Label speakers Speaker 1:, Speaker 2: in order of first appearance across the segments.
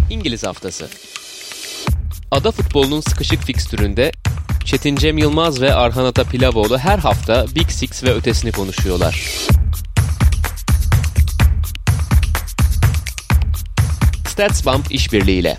Speaker 1: İngiliz Haftası. Ada futbolunun sıkışık fikstüründe Çetin Cem Yılmaz ve Arhan Atapilavoğlu her hafta Big Six ve ötesini konuşuyorlar. StatsBomb işbirliğiyle.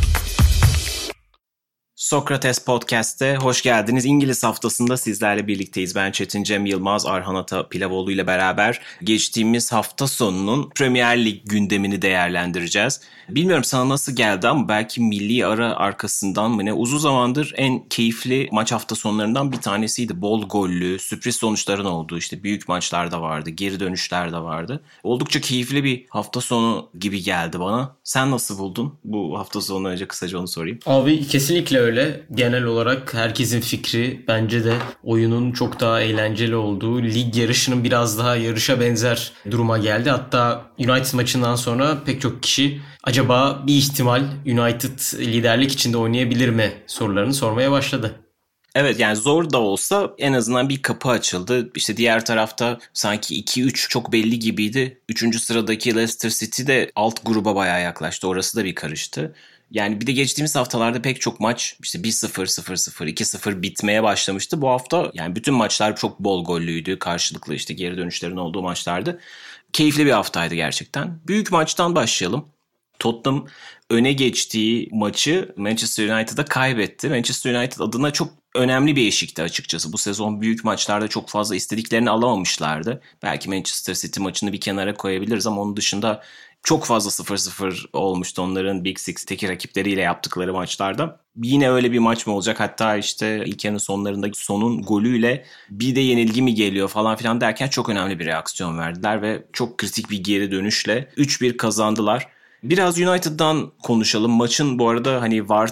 Speaker 2: Sokrates Podcast'te hoş geldiniz. İngiliz haftasında sizlerle birlikteyiz. Ben Çetin Cem Yılmaz, Arhan Atapilavoğlu ile beraber geçtiğimiz hafta sonunun Premier Lig gündemini değerlendireceğiz. Bilmiyorum sana nasıl geldi ama belki milli ara arkasından mı ne uzun zamandır en keyifli maç hafta sonlarından bir tanesiydi. Bol gollü, sürpriz sonuçların olduğu işte büyük maçlar da vardı, geri dönüşler de vardı. Oldukça keyifli bir hafta sonu gibi geldi bana. Sen nasıl buldun bu hafta sonundan önce kısaca onu sorayım.
Speaker 3: Abi kesinlikle öyle. Genel olarak herkesin fikri bence de oyunun çok daha eğlenceli olduğu, lig yarışının biraz daha yarışa benzer duruma geldi. Hatta United maçından sonra pek çok kişi acaba bir ihtimal United liderlik içinde oynayabilir mi sorularını sormaya başladı.
Speaker 2: Evet, yani zor da olsa en azından bir kapı açıldı. İşte diğer tarafta sanki 2-3 çok belli gibiydi. 3. sıradaki Leicester City de alt gruba bayağı yaklaştı. Orası da bir karıştı. Yani bir de geçtiğimiz haftalarda pek çok maç işte 1-0, 0-0, 2-0 bitmeye başlamıştı. Bu hafta yani bütün maçlar çok bol gollüydü. Karşılıklı işte geri dönüşlerin olduğu maçlardı. Keyifli bir haftaydı gerçekten. Büyük maçtan başlayalım. Tottenham öne geçtiği maçı Manchester United'a kaybetti. Manchester United adına çok önemli bir eşikti açıkçası. Bu sezon büyük maçlarda çok fazla istediklerini alamamışlardı. Belki Manchester City maçını bir kenara koyabiliriz ama onun dışında çok fazla 0-0 olmuştu onların Big Six'teki rakipleriyle yaptıkları maçlarda. Yine öyle bir maç mı olacak? Hatta işte ilk yarının sonlarında sonun golüyle bir de yenilgi mi geliyor falan filan derken çok önemli bir reaksiyon verdiler ve çok kritik bir geri dönüşle 3-1 kazandılar. Biraz United'dan konuşalım. Maçın bu arada hani VAR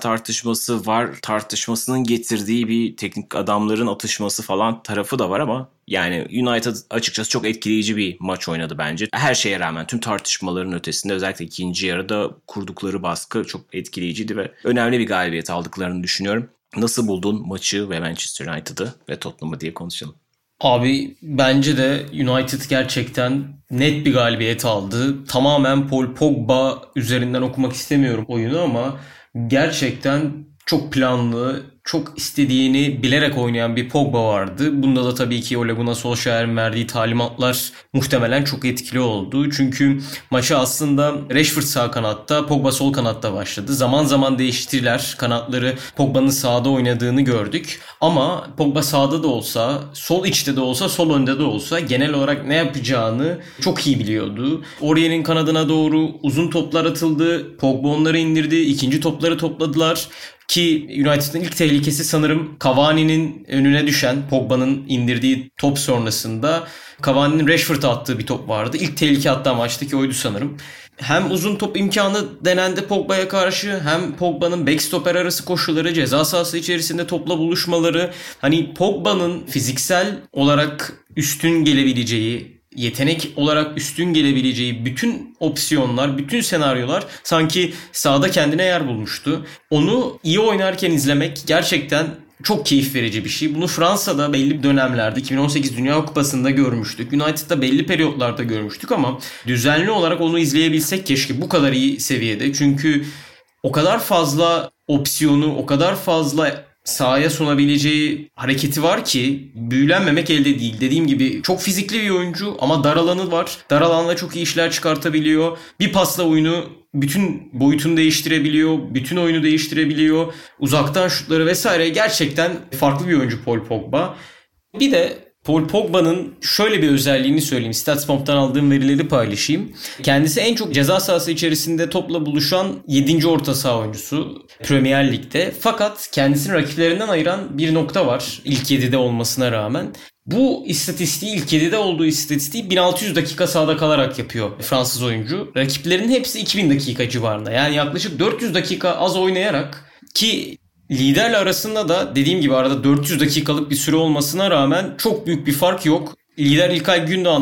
Speaker 2: tartışmasının getirdiği bir teknik adamların atışması falan tarafı da var ama yani United açıkçası çok etkileyici bir maç oynadı bence. Her şeye rağmen tüm tartışmaların ötesinde özellikle ikinci yarıda kurdukları baskı çok etkileyiciydi ve önemli bir galibiyet aldıklarını düşünüyorum. Nasıl buldun maçı ve Manchester United'ı ve Tottenham'ı diye konuşalım.
Speaker 3: Abi bence de United gerçekten net bir galibiyet aldı. Tamamen Paul Pogba üzerinden okumak istemiyorum oyunu ama gerçekten çok planlı, çok istediğini bilerek oynayan bir Pogba vardı. Bunda da tabii ki Ole Gunnar Solskjaer'in verdiği talimatlar muhtemelen çok etkili oldu. Çünkü maçı aslında Rashford sağ kanatta, Pogba sol kanatta başladı. Zaman zaman değiştirdiler. Kanatları Pogba'nın sağda oynadığını gördük. Ama Pogba sağda da olsa, sol içte de olsa, sol önde de olsa genel olarak ne yapacağını çok iyi biliyordu. Aurier'in kanadına doğru uzun toplar atıldı. Pogba onları indirdi. İkinci topları topladılar. Ki United'ın ilk tehlikesi sanırım Cavani'nin önüne düşen Pogba'nın indirdiği top sonrasında Cavani'nin Rashford'a attığı bir top vardı. İlk tehlike hatta maçtaki oydu sanırım. Hem uzun top imkanı denendi Pogba'ya karşı hem Pogba'nın backstopper arası koşuları, ceza sahası içerisinde topla buluşmaları. Hani Pogba'nın fiziksel olarak üstün gelebileceği, yetenek olarak üstün gelebileceği bütün opsiyonlar, bütün senaryolar sanki sahada kendine yer bulmuştu. Onu iyi oynarken izlemek gerçekten çok keyif verici bir şey. Bunu Fransa'da belli dönemlerde 2018 Dünya Kupası'nda görmüştük. United'da belli periyotlarda görmüştük ama düzenli olarak onu izleyebilsek keşke bu kadar iyi seviyede. Çünkü o kadar fazla opsiyonu, o kadar fazla sahaya sunabileceği hareketi var ki büyülenmemek elde değil. Dediğim gibi çok fizikli bir oyuncu ama dar alanı var. Dar alanla çok iyi işler çıkartabiliyor. Bir pasla oyunu bütün boyutunu değiştirebiliyor. Bütün oyunu değiştirebiliyor. Uzaktan şutları vesaire gerçekten farklı bir oyuncu Paul Pogba. Bir de Paul Pogba'nın şöyle bir özelliğini söyleyeyim. StatsBomb'dan aldığım verileri paylaşayım. Kendisi en çok ceza sahası içerisinde topla buluşan 7. orta saha oyuncusu Premier Lig'de. Fakat kendisini rakiplerinden ayıran bir nokta var. İlk 7'de olmasına rağmen. Bu istatistiği ilk 7'de olduğu istatistiği 1600 dakika sahada kalarak yapıyor Fransız oyuncu. Rakiplerinin hepsi 2000 dakika civarında. Yani yaklaşık 400 dakika az oynayarak ki liderle arasında da dediğim gibi arada 400 dakikalık bir süre olmasına rağmen çok büyük bir fark yok. Lider İlkay Gündoğan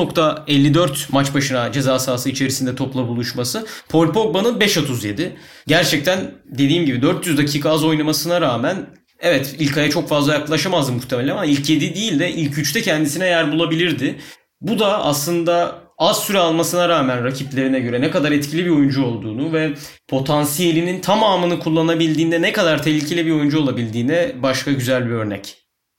Speaker 3: 6.54 maç başına ceza sahası içerisinde topla buluşması. Paul Pogba'nın 5.37. Gerçekten dediğim gibi 400 dakika az oynamasına rağmen evet İlkay'a çok fazla yaklaşamazdı muhtemelen ama ilk 7 değil de ilk 3'te kendisine yer bulabilirdi. Bu da aslında az süre almasına rağmen rakiplerine göre ne kadar etkili bir oyuncu olduğunu ve potansiyelinin tamamını kullanabildiğinde ne kadar tehlikeli bir oyuncu olabildiğine başka güzel bir örnek.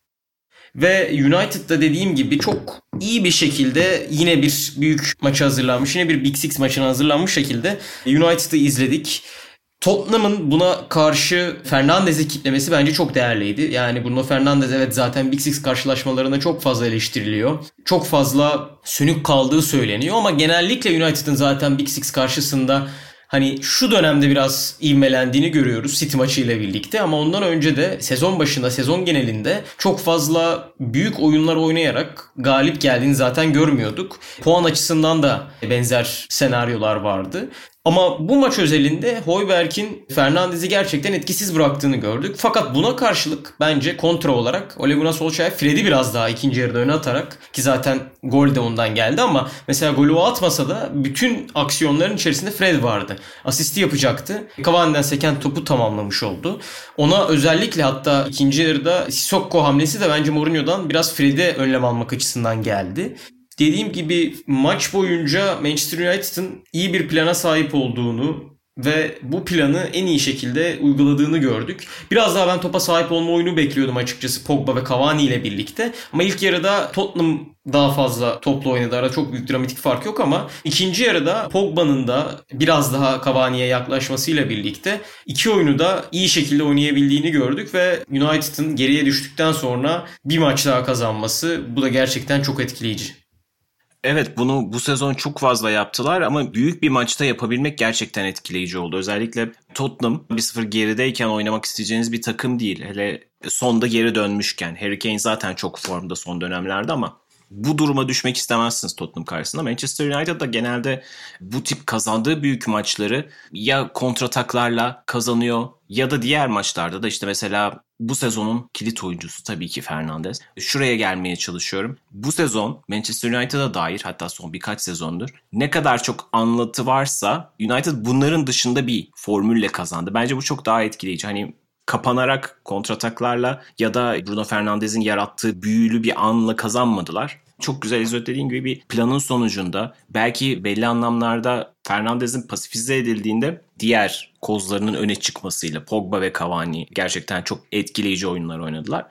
Speaker 3: Ve United'da dediğim gibi çok iyi bir şekilde yine bir büyük maça hazırlanmış, yine bir Big Six maçına hazırlanmış şekilde United'ı izledik. Tottenham'ın buna karşı Fernandes'i kitlemesi bence çok değerliydi. Yani Bruno Fernandes evet zaten Big Six karşılaşmalarında çok fazla eleştiriliyor. Çok fazla sönük kaldığı söyleniyor ama genellikle United'ın zaten Big Six karşısında hani şu dönemde biraz ivmelendiğini görüyoruz City maçıyla birlikte ama ondan önce de sezon başında, sezon genelinde çok fazla büyük oyunlar oynayarak galip geldiğini zaten görmüyorduk. Puan açısından da benzer senaryolar vardı. Ama bu maç özelinde Højbjerg'in Fernandes'i gerçekten etkisiz bıraktığını gördük. Fakat buna karşılık bence kontra olarak Ole Gunnar Solskjaer Fred'i biraz daha ikinci yarıda öne atarak, ki zaten gol de ondan geldi ama mesela golü o atmasa da bütün aksiyonların içerisinde Fred vardı. Asisti yapacaktı. Cavani'den seken topu tamamlamış oldu. Ona özellikle hatta ikinci yarıda Sissoko hamlesi de bence Mourinho'dan biraz Fred'e önlem almak açısından geldi. Dediğim gibi maç boyunca Manchester United'ın iyi bir plana sahip olduğunu ve bu planı en iyi şekilde uyguladığını gördük. Biraz daha ben topa sahip olma oyunu bekliyordum açıkçası Pogba ve Cavani ile birlikte. Ama ilk yarıda Tottenham daha fazla topla oynadı. Arada çok büyük dramatik fark yok ama ikinci yarıda Pogba'nın da biraz daha Cavani'ye yaklaşmasıyla birlikte iki oyunu da iyi şekilde oynayabildiğini gördük ve United'ın geriye düştükten sonra bir maç daha kazanması, bu da gerçekten çok etkileyici.
Speaker 2: Evet, bunu bu sezon çok fazla yaptılar ama büyük bir maçta yapabilmek gerçekten etkileyici oldu. Özellikle Tottenham 1-0 gerideyken oynamak isteyeceğiniz bir takım değil. Hele sonda geri dönmüşken. Harry Kane zaten çok formda son dönemlerde ama bu duruma düşmek istemezsiniz Tottenham karşısında. Manchester United da genelde bu tip kazandığı büyük maçları ya kontrataklarla kazanıyor ya da diğer maçlarda da işte mesela bu sezonun kilit oyuncusu tabii ki Fernandes. Şuraya gelmeye çalışıyorum. Bu sezon Manchester United'a dair, hatta son birkaç sezondur, ne kadar çok anlatı varsa United bunların dışında bir formülle kazandı. Bence bu çok daha etkileyici. Hani kapanarak, kontrataklarla ya da Bruno Fernandes'in yarattığı büyülü bir anla kazanmadılar. Çok güzel özetlediğin gibi bir planın sonucunda belki belli anlamlarda Fernandes'in pasifize edildiğinde diğer kozlarının öne çıkmasıyla Pogba ve Cavani gerçekten çok etkileyici oyunlar oynadılar.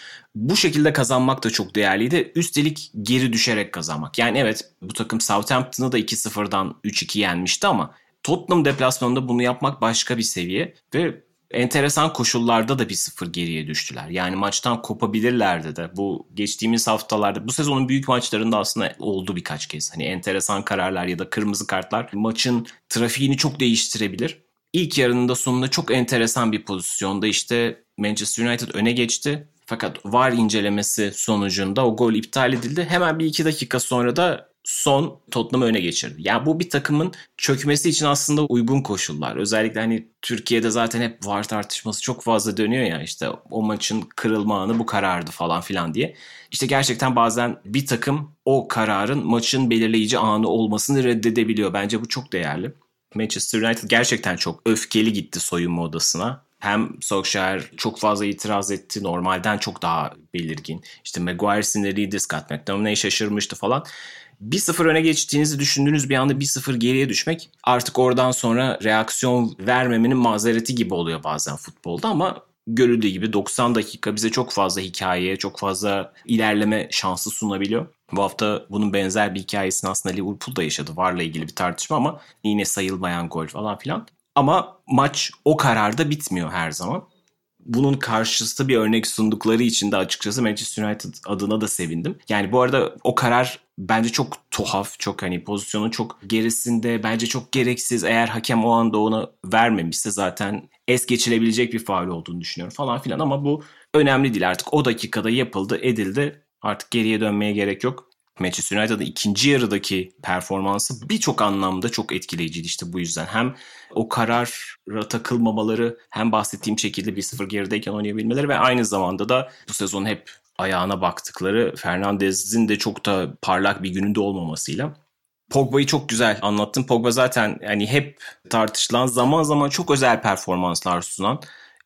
Speaker 2: Bu şekilde kazanmak da çok değerliydi. Üstelik geri düşerek kazanmak. Yani evet, bu takım Southampton'ı da 2-0'dan 3-2 yenmişti ama Tottenham deplasmanında bunu yapmak başka bir seviye ve enteresan koşullarda da 1-0 geriye düştüler. Yani maçtan kopabilirlerdi de. Bu geçtiğimiz haftalarda, bu sezonun büyük maçlarında aslında oldu birkaç kez. Hani enteresan kararlar ya da kırmızı kartlar maçın trafiğini çok değiştirebilir. İlk yarının da sonunda çok enteresan bir pozisyonda işte Manchester United öne geçti. Fakat VAR incelemesi sonucunda o gol iptal edildi. Hemen bir iki dakika sonra da son Tottenham'ı öne geçirdi. Yani bu bir takımın çökmesi için aslında uygun koşullar. Özellikle hani Türkiye'de zaten hep VAR tartışması çok fazla dönüyor ya, işte o maçın kırılma anı bu karardı falan filan diye. İşte gerçekten bazen bir takım o kararın maçın belirleyici anı olmasını reddedebiliyor. Bence bu çok değerli. Manchester United gerçekten çok öfkeli gitti soyunma odasına. Hem Solskjaer çok fazla itiraz etti. Normalden çok daha belirgin. İşte Maguire sinirliydi, Scott McTominay şaşırmıştı falan. 1-0 öne geçtiğinizi düşündüğünüz bir anda 1-0 geriye düşmek artık oradan sonra reaksiyon vermemenin mazereti gibi oluyor bazen futbolda ama görüldüğü gibi 90 dakika bize çok fazla hikaye, çok fazla ilerleme şansı sunabiliyor. Bu hafta bunun benzer bir hikayesini aslında Liverpool'da yaşadı. VAR'la ilgili bir tartışma ama yine sayılmayan gol falan filan. Ama maç o kararda bitmiyor her zaman. Bunun karşısı bir örnek sundukları için de açıkçası Manchester United adına da sevindim. Yani bu arada o karar bence çok tuhaf, çok hani pozisyonun çok gerisinde, bence çok gereksiz. Eğer hakem o anda ona vermemişse zaten es geçilebilecek bir faul olduğunu düşünüyorum falan filan ama bu önemli değil, artık o dakikada yapıldı, edildi. Artık geriye dönmeye gerek yok. Manchester United'ın ikinci yarıdaki performansı birçok anlamda çok etkileyiciydi işte bu yüzden. Hem o karara takılmamaları, hem bahsettiğim şekilde 1-0 gerideyken oynayabilmeleri ve aynı zamanda da bu sezon hep ayağına baktıkları Fernandes'in de çok da parlak bir gününde olmamasıyla. Pogba'yı çok güzel anlattım. Pogba zaten hani hep tartışılan, zaman zaman çok özel performanslar sunan,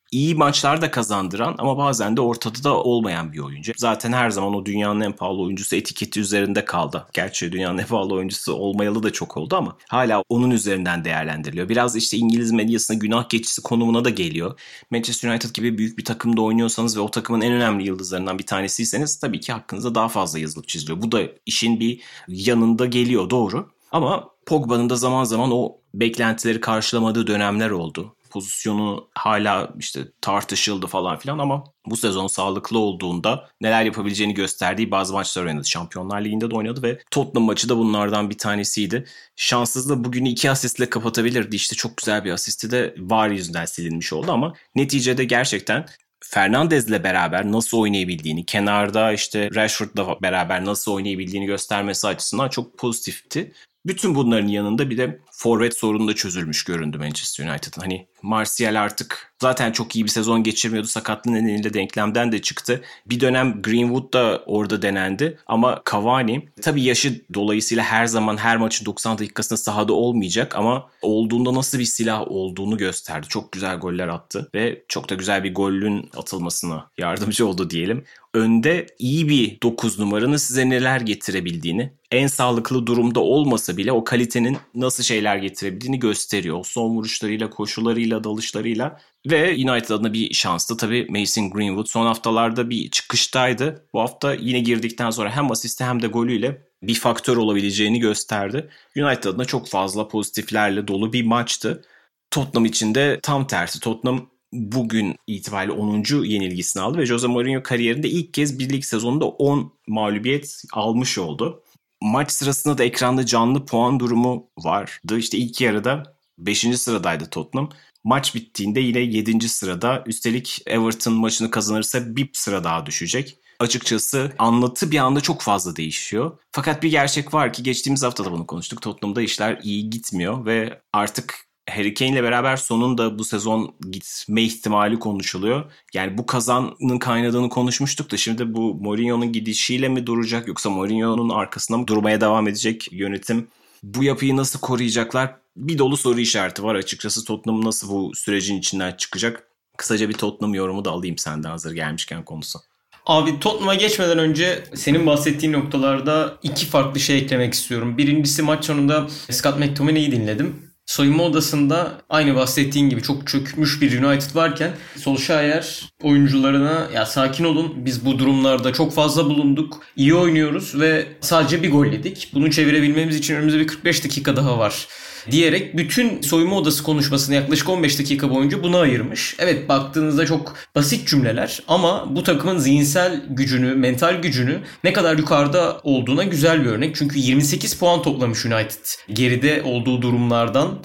Speaker 2: iyi maçlar da kazandıran ama bazen de ortada da olmayan bir oyuncu. Zaten her zaman o dünyanın en pahalı oyuncusu etiketi üzerinde kaldı. Gerçi dünyanın en pahalı oyuncusu olmayalı da çok oldu ama hala onun üzerinden değerlendiriliyor. Biraz işte İngiliz medyasına günah keçisi konumuna da geliyor. Manchester United gibi büyük bir takımda oynuyorsanız ve o takımın en önemli yıldızlarından bir tanesiyseniz tabii ki hakkınızda daha fazla yazılıp çiziliyor. Bu da işin bir yanında geliyor, doğru. Ama Pogba'nın da zaman zaman o beklentileri karşılamadığı dönemler oldu. Pozisyonu hala işte tartışıldı falan filan ama bu sezon sağlıklı olduğunda neler yapabileceğini gösterdiği bazı maçlar oynadı. Şampiyonlar Ligi'nde de oynadı ve Tottenham maçı da bunlardan bir tanesiydi. Şanssızlığı bugünü 2 asistle kapatabilirdi. İşte çok güzel bir asisti de VAR yüzünden silinmiş oldu ama neticede gerçekten Fernandez'le beraber nasıl oynayabildiğini, kenarda işte Rashford'la beraber nasıl oynayabildiğini göstermesi açısından çok pozitifti. Bütün bunların yanında bir de forvet sorunu da çözülmüş göründü Manchester United'ın. Hani Martial artık zaten çok iyi bir sezon geçirmiyordu. Sakatlığı nedeniyle denklemden de çıktı. Bir dönem Greenwood da orada denendi. Ama Cavani tabii yaşı dolayısıyla her zaman her maçın 90 dakikasında sahada olmayacak ama olduğunda nasıl bir silah olduğunu gösterdi. Çok güzel goller attı ve çok da güzel bir golün atılmasına yardımcı oldu diyelim. Önde iyi bir 9 numaranın size neler getirebildiğini, en sağlıklı durumda olmasa bile o kalitenin nasıl şeyler getirebildiğini gösteriyor. O son vuruşlarıyla, koşularıyla, dalışlarıyla ve United adına bir şanstı. Tabii Mason Greenwood son haftalarda bir çıkıştaydı. Bu hafta yine girdikten sonra hem asisti hem de golüyle bir faktör olabileceğini gösterdi. United adına çok fazla pozitiflerle dolu bir maçtı. Tottenham için de tam tersi. Tottenham bugün itibariyle 10. yenilgisini aldı ve Jose Mourinho kariyerinde ilk kez bir lig sezonunda 10 mağlubiyet almış oldu. Maç sırasında da ekranda canlı puan durumu vardı. İşte ilk yarıda 5. sıradaydı Tottenham. Maç bittiğinde yine 7. sırada. Üstelik Everton maçını kazanırsa bir sıra daha düşecek. Açıkçası anlatı bir anda çok fazla değişiyor. Fakat bir gerçek var ki geçtiğimiz hafta da bunu konuştuk. Tottenham'da işler iyi gitmiyor ve artık Harry Kane'le beraber sonunda bu sezon gitme ihtimali konuşuluyor. Yani bu kazanın kaynadığını konuşmuştuk da şimdi bu Mourinho'nun gidişiyle mi duracak yoksa Mourinho'nun arkasında mı durmaya devam edecek yönetim? Bu yapıyı nasıl koruyacaklar? Bir dolu soru işareti var açıkçası. Tottenham nasıl bu sürecin içinden çıkacak? Kısaca bir Tottenham yorumu da alayım senden hazır gelmişken konusu.
Speaker 3: Abi Tottenham'a geçmeden önce senin bahsettiğin noktalarda iki farklı şey eklemek istiyorum. Birincisi maç sonunda Scott McTominay'i dinledim. Soyunma odasında aynı bahsettiğin gibi çok çökmüş bir United varken Solskjaer oyuncularına ya sakin olun, biz bu durumlarda çok fazla bulunduk, iyi oynuyoruz ve sadece bir gol yedik. Bunu çevirebilmemiz için önümüzde bir 45 dakika daha var diyerek bütün soyunma odası konuşmasını yaklaşık 15 dakika boyunca buna ayırmış. Evet, baktığınızda çok basit cümleler ama bu takımın zihinsel gücünü, mental gücünü ne kadar yukarıda olduğuna güzel bir örnek. Çünkü 28 puan toplamış United. Geride olduğu durumlardan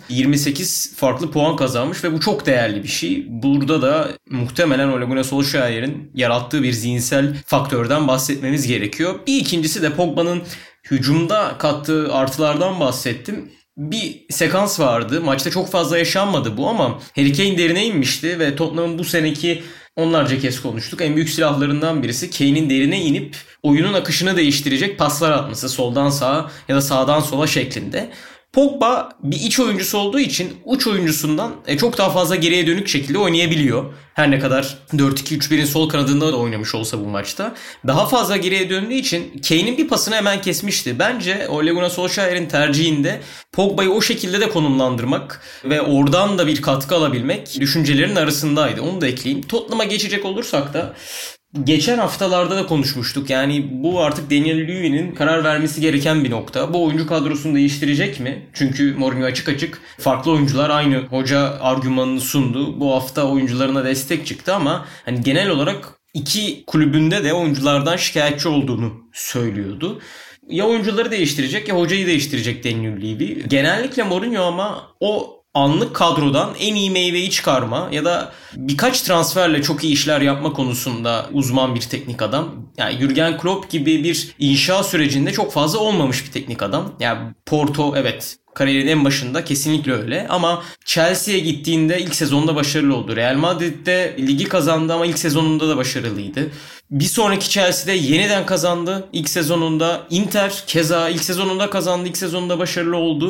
Speaker 3: 28 farklı puan kazanmış ve bu çok değerli bir şey. Burada da muhtemelen Ole Gunnar Solskjaer'in yarattığı bir zihinsel faktörden bahsetmemiz gerekiyor. Bir ikincisi de Pogba'nın hücumda kattığı artılardan bahsettim. Bir sekans vardı. Maçta çok fazla yaşanmadı bu ama Harry Kane derine inmişti ve Tottenham'ın bu seneki onlarca kez konuştuk. En büyük silahlarından birisi Kane'in derine inip oyunun akışını değiştirecek paslar atması. Soldan sağa ya da sağdan sola şeklinde. Pogba bir iç oyuncusu olduğu için uç oyuncusundan çok daha fazla geriye dönük şekilde oynayabiliyor. Her ne kadar 4-2-3-1'in sol kanadında da oynamış olsa bu maçta. Daha fazla geriye döndüğü için Kane'in bir pasını hemen kesmişti. Bence Ole Gunnar Solskjaer'in tercihinde Pogba'yı o şekilde de konumlandırmak ve oradan da bir katkı alabilmek düşüncelerin arasındaydı. Onu da ekleyeyim. Tottenham'a geçecek olursak da geçen haftalarda da konuşmuştuk. Yani bu artık Daniel Levy'nin karar vermesi gereken bir nokta. Bu oyuncu kadrosunu değiştirecek mi? Çünkü Mourinho açık açık farklı oyuncular aynı hoca argümanını sundu. Bu hafta oyuncularına destek çıktı ama hani genel olarak iki kulübünde de oyunculardan şikayetçi olduğunu söylüyordu. Ya oyuncuları değiştirecek ya hocayı değiştirecek Daniel Levy. Genellikle Mourinho ama o anlık kadrodan en iyi meyveyi çıkarma ya da birkaç transferle çok iyi işler yapma konusunda uzman bir teknik adam. Yani Jürgen Klopp gibi bir inşa sürecinde çok fazla olmamış bir teknik adam. Yani Porto evet kariyerin en başında kesinlikle öyle ama Chelsea'ye gittiğinde ilk sezonda başarılı oldu. Real Madrid'de ligi kazandı ama ilk sezonunda da başarılıydı. Bir sonraki Chelsea'de yeniden kazandı ilk sezonunda. Inter keza ilk sezonunda kazandı, ilk sezonunda başarılı oldu.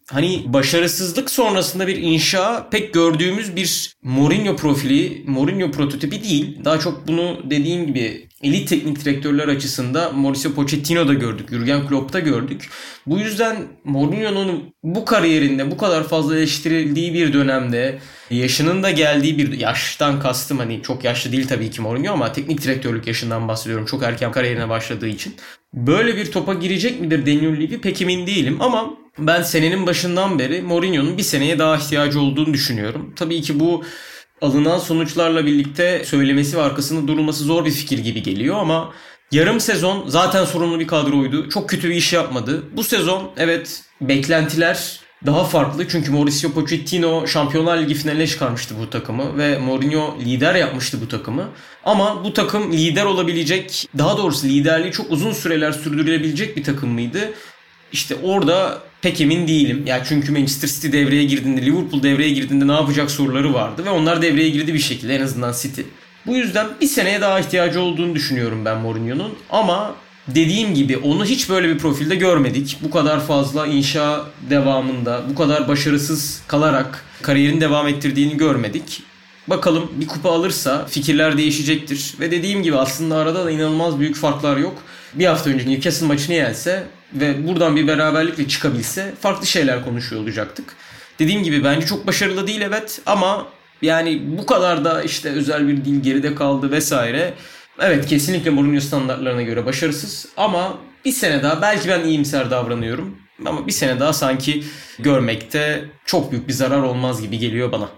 Speaker 3: hani başarısızlık sonrasında bir inşa pek gördüğümüz bir Mourinho profili, Mourinho prototipi değil. Daha çok bunu dediğim gibi elit teknik direktörler açısında Mauricio Pochettino'da gördük, Jürgen Klopp'ta gördük. Bu yüzden Mourinho'nun bu kariyerinde bu kadar fazla eleştirildiği bir dönemde, yaşının da geldiği bir, yaştan kastım hani çok yaşlı değil tabii ki Mourinho ama teknik direktörlük yaşından bahsediyorum, çok erken kariyerine başladığı için. Böyle bir topa girecek midir Daniel Levy pek emin değilim ama ben senenin başından beri Mourinho'nun bir seneye daha ihtiyacı olduğunu düşünüyorum. Tabii ki bu alınan sonuçlarla birlikte söylemesi ve arkasında durulması zor bir fikir gibi geliyor ama yarım sezon zaten sorunlu bir kadroydu. Çok kötü bir iş yapmadı. Bu sezon evet beklentiler daha farklı. Çünkü Mauricio Pochettino Şampiyonlar Ligi finaline çıkarmıştı bu takımı ve Mourinho lider yapmıştı bu takımı. Ama bu takım lider olabilecek, daha doğrusu liderliği çok uzun süreler sürdürülebilecek bir takım mıydı? İşte orada pek emin değilim. Ya çünkü Manchester City devreye girdiğinde, Liverpool devreye girdiğinde ne yapacak soruları vardı ve onlar devreye girdi bir şekilde, en azından City. Bu yüzden bir seneye daha ihtiyacı olduğunu düşünüyorum ben Mourinho'nun. Ama dediğim gibi onu hiç böyle bir profilde görmedik. Bu kadar fazla inşa devamında, bu kadar başarısız kalarak kariyerini devam ettirdiğini görmedik. Bakalım bir kupa alırsa fikirler değişecektir. Ve dediğim gibi aslında arada da inanılmaz büyük farklar yok. Bir hafta önce Newcastle maçını yense ve buradan bir beraberlikle çıkabilse farklı şeyler konuşuyor olacaktık. Dediğim gibi bence çok başarılı değil evet ama yani bu kadar da işte özel bir dil geride kaldı vesaire. Evet kesinlikle Mourinho standartlarına göre başarısız ama bir sene daha, belki ben iyimser davranıyorum ama bir sene daha sanki görmekte çok büyük bir zarar olmaz gibi geliyor bana.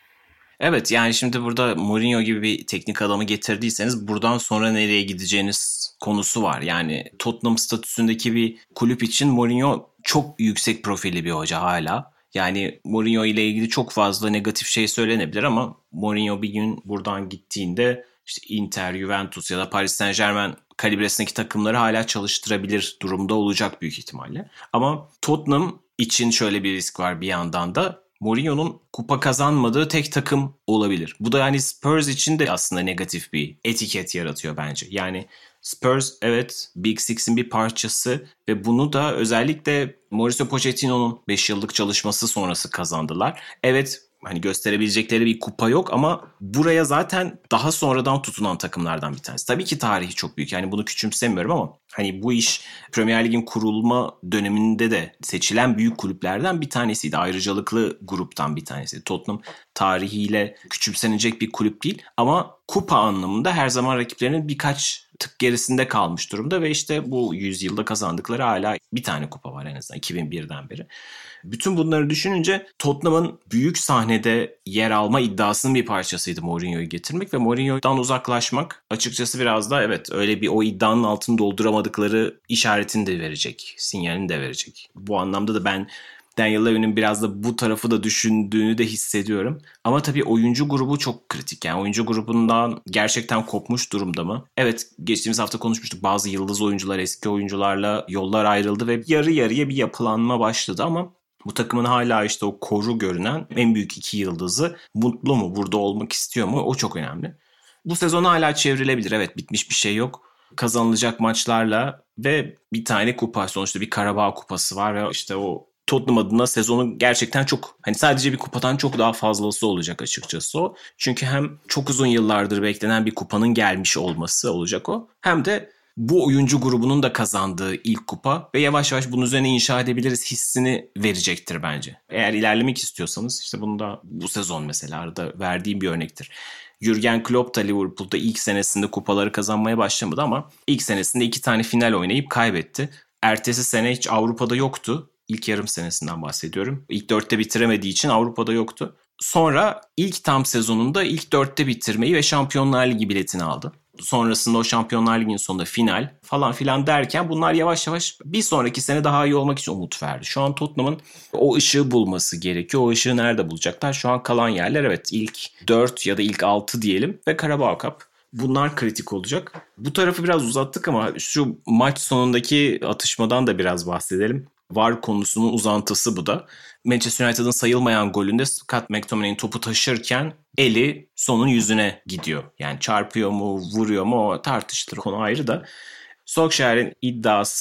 Speaker 2: Evet yani şimdi burada Mourinho gibi bir teknik adamı getirdiyseniz buradan sonra nereye gideceğiniz konusu var. Yani Tottenham statüsündeki bir kulüp için Mourinho çok yüksek profilli bir hoca hala. Yani Mourinho ile ilgili çok fazla negatif şey söylenebilir ama Mourinho bir gün buradan gittiğinde işte Inter, Juventus ya da Paris Saint-Germain kalibresindeki takımları hala çalıştırabilir durumda olacak büyük ihtimalle. Ama Tottenham için şöyle bir risk var bir yandan da. Mourinho'nun kupa kazanmadığı tek takım olabilir. Bu da yani Spurs için de aslında negatif bir etiket yaratıyor bence. Yani Spurs evet Big Six'in bir parçası ve bunu da özellikle Mauricio Pochettino'nun 5 yıllık çalışması sonrası kazandılar. Evet hani gösterebilecekleri bir kupa yok ama buraya zaten daha sonradan tutunan takımlardan bir tanesi. Tabii ki tarihi çok büyük. Yani bunu küçümsemiyorum ama hani bu iş Premier Lig'in kurulma döneminde de seçilen büyük kulüplerden bir tanesiydi. Ayrıcalıklı gruptan bir tanesi. Tottenham tarihiyle küçümsenecek bir kulüp değil ama kupa anlamında her zaman rakiplerinin birkaç tık gerisinde kalmış durumda ve işte bu yüzyılda kazandıkları hala bir tane kupa var en azından 2001'den beri. Bütün bunları düşününce Tottenham'ın büyük sahnede yer alma iddiasının bir parçasıydı Mourinho'yu getirmek ve Mourinho'dan uzaklaşmak açıkçası biraz da evet öyle bir o iddianın altını dolduramadıkları işaretini de verecek, sinyalini de verecek. Bu anlamda da ben Daniel Levy'nin biraz da bu tarafı da düşündüğünü de hissediyorum. Ama tabii oyuncu grubu çok kritik. Yani oyuncu grubundan gerçekten kopmuş durumda mı? Evet geçtiğimiz hafta konuşmuştuk. Bazı yıldız oyuncular eski oyuncularla yollar ayrıldı ve yarı yarıya bir yapılanma başladı ama bu takımın hala işte o koru görünen en büyük iki yıldızı mutlu mu? Burada olmak istiyor mu? O çok önemli. Bu sezon hala çevrilebilir. Evet bitmiş bir şey yok. Kazanılacak maçlarla ve bir tane kupa sonuçta bir Karabağ kupası var ve işte o Tottenham adına sezonu gerçekten çok hani sadece bir kupadan çok daha fazlası olacak açıkçası o. Çünkü hem çok uzun yıllardır beklenen bir kupanın gelmiş olması olacak o. Hem de bu oyuncu grubunun da kazandığı ilk kupa ve yavaş yavaş bunun üzerine inşa edebiliriz hissini verecektir bence. Eğer ilerlemek istiyorsanız işte bunu da bu sezon mesela arada verdiğim bir örnektir. Jürgen Klopp da Liverpool'da ilk senesinde kupaları kazanmaya başlamadı ama ilk senesinde 2 tane final oynayıp kaybetti. Ertesi sene hiç Avrupa'da yoktu. İlk yarım senesinden bahsediyorum. İlk 4'te bitiremediği için Avrupa'da yoktu. Sonra ilk tam sezonunda ilk 4'te bitirmeyi ve Şampiyonlar Ligi biletini aldı. Sonrasında o Şampiyonlar Ligi'nin sonunda final falan filan derken bunlar yavaş yavaş bir sonraki sene daha iyi olmak için umut verdi. Şu an Tottenham'ın o ışığı bulması gerekiyor. O ışığı nerede bulacaklar? Şu an kalan yerler evet ilk 4 ya da ilk 6 diyelim ve Carabao Cup. Bunlar kritik olacak. Bu tarafı biraz uzattık ama şu maç sonundaki atışmadan da biraz bahsedelim. VAR konusunun uzantısı bu da. Manchester United'ın sayılmayan golünde Scott McTominay'in topu taşırken eli Son'un yüzüne gidiyor. Yani çarpıyor mu, vuruyor mu o tartışılır, konu ayrı da. Solskjaer'in iddiası